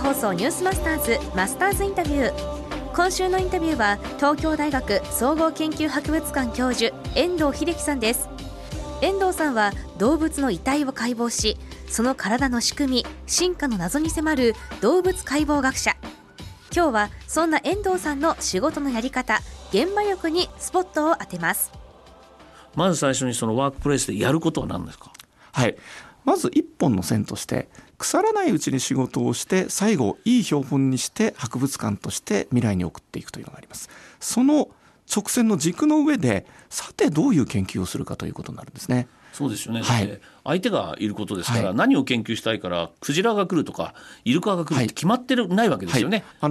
放送ニュースマスターズマスターズインタビュー。今週のインタビューは東京大学総合研究博物館教授遠藤秀樹さんです。遠藤さんは動物の遺体を解剖し、その体の仕組み、進化の謎に迫る動物解剖学者。今日はそんな遠藤さんの仕事のやり方、現場力にスポットを当てます。 まず最初にそのワークプレイスでやることは何ですか？ はい、まず一本の線として腐らないうちに仕事をして、最後いい標本にして博物館として未来に送っていくというのがあります。その直線の軸の上で、さてどういう研究をするかということになるんですね。 そうですよね、 はい、 だって相手がいることですから、 はい、 何を研究したいからクジラが来るとかイルカが来るって決まってないわけですよね。 はい、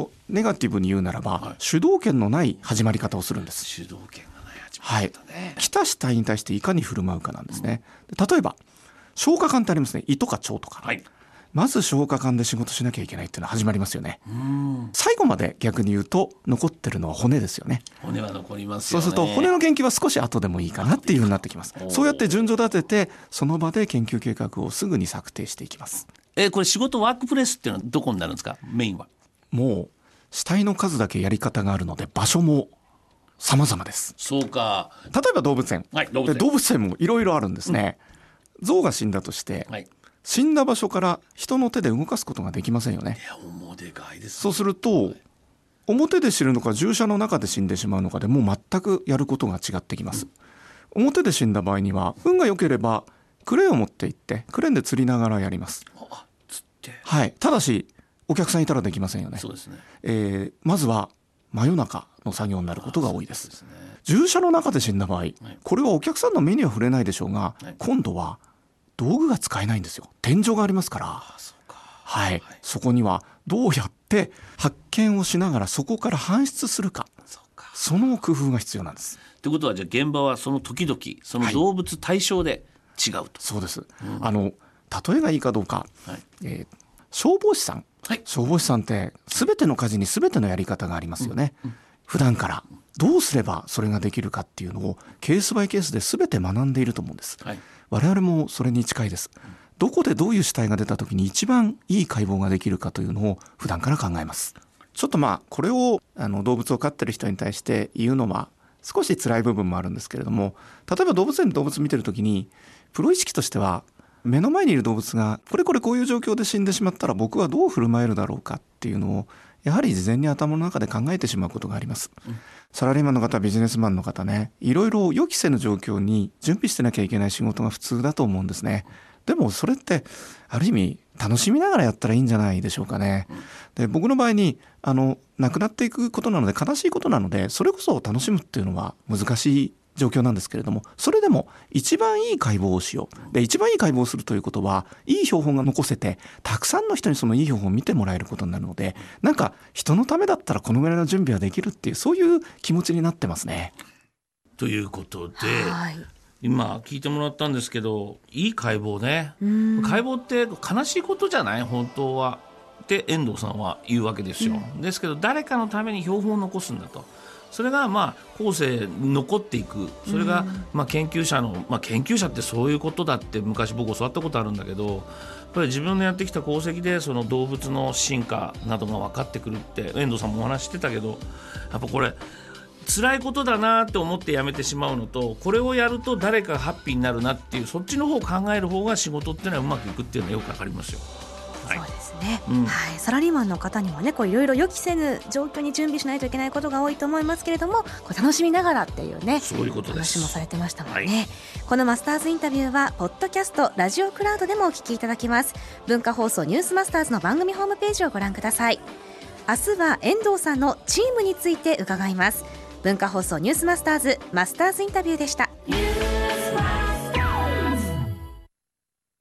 ネガティブに言うならば、はい、主導権のない始まり方をするんです。 主導権がない始まり方ね、 はい、来た主体に対していかに振る舞うかなんですね。例えば消化管ってありますね。胃とか腸とか、はい、まず消化管で仕事しなきゃいけないっていうのは始まりますよね。最後まで逆に言うと残ってるのは骨ですよね。 骨は残りますよね。 そうすると骨の研究は少し後でもいいかなっていう風になってきます。そうやって順序立てて、その場で研究計画をすぐに策定していきます。 これ仕事ワークプレイスっていうのはどこになるんですか？メインはもう死体の数だけやり方があるので、場所も様々です。 そうか。 例えば動物園、はい、動物園もいろいろあるんですね。象が死んだとして、はい、死んだ場所から人の手で動かすことができませんよね。 いや、でかいですね。 そうすると、表で死ぬのか獣舎の中で死んでしまうのかでもう全くやることが違ってきます。表で死んだ場合には運が良ければクレーンを持って行ってクレーンで釣りながらやります。 釣って、はい、 ただしお客さんいたらできませんよね。 そうですね。 まずは真夜中の作業になることが多いです。獣舎の中で死んだ場合、これはお客さんの目には触れないでしょうが、今度は道具が使えないんですよ。天井がありますから。はい、そこにはどうやって発見をしながらそこから搬出するか、その工夫が必要なんです。 ということは、じゃあ現場はその時々その動物対象で違うと、はい、 そうです。例えがいいかどうか、はい、消防士さん、はい、消防士さんって全ての火事に全てのやり方がありますよね。普段からどうすればそれができるかっていうのをケースバイケースで全て学んでいると思うんです。はい、我々もそれに近いです。どこでどういう死体が出た時に一番いい解剖ができるかというのを普段から考えます。ちょっとこれを動物を飼ってる人に対して言うのは少し辛い部分もあるんですけれども、例えば動物園で動物見てる時にプロ意識としては、目の前にいる動物がこういう状況で死んでしまったら僕はどう振る舞えるだろうかっていうのをやはり事前に頭の中で考えてしまうことがあります。サラリーマンの方、ビジネスマンの方ね、いろいろ予期せぬ状況に準備してなきゃいけない仕事が普通だと思うんですね。でもそれってある意味楽しみながらやったらいいんじゃないでしょうかね。で、僕の場合に亡くなっていくことなので、悲しいことなので、それこそ楽しむっていうのは難しい状況なんですけれども、それでも一番いい解剖をしよう。で、一番いい解剖をするということは、いい標本が残せてたくさんの人にそのいい標本を見てもらえることになるので、なんか人のためだったらこのぐらいの準備はできるっていう、そういう気持ちになってますね。 ということで、今聞いてもらったんですけど、いい解剖ね。解剖って悲しいことじゃない本当はって遠藤さんは言うわけですよ。ですけど誰かのために標本を残すんだと。それが後世残っていく。それが研究者の、研究者ってそういうことだって昔僕教わったことあるんだけど、やっぱり自分のやってきた功績でその動物の進化などが分かってくるって遠藤さんもお話してたけど、やっぱこれ辛いことだなと思ってやめてしまうのと、これをやると誰かがハッピーになるなっていう、そっちの方を考える方が仕事っていうのはうまくいくっていうのはよくわかりますよ。 そうですね。サラリーマンの方にはね、いろいろ予期せぬ状況に準備しないといけないことが多いと思いますけれども、楽しみながらっていうね、 そういうことです。 話もされてましたもんね。このマスターズインタビューはポッドキャスト、ラジオクラウドでもお聞きいただけます。文化放送ニュースマスターズの番組ホームページをご覧ください。明日は遠藤さんのチームについて伺います。文化放送ニュースマスターズマスターズインタビューでした。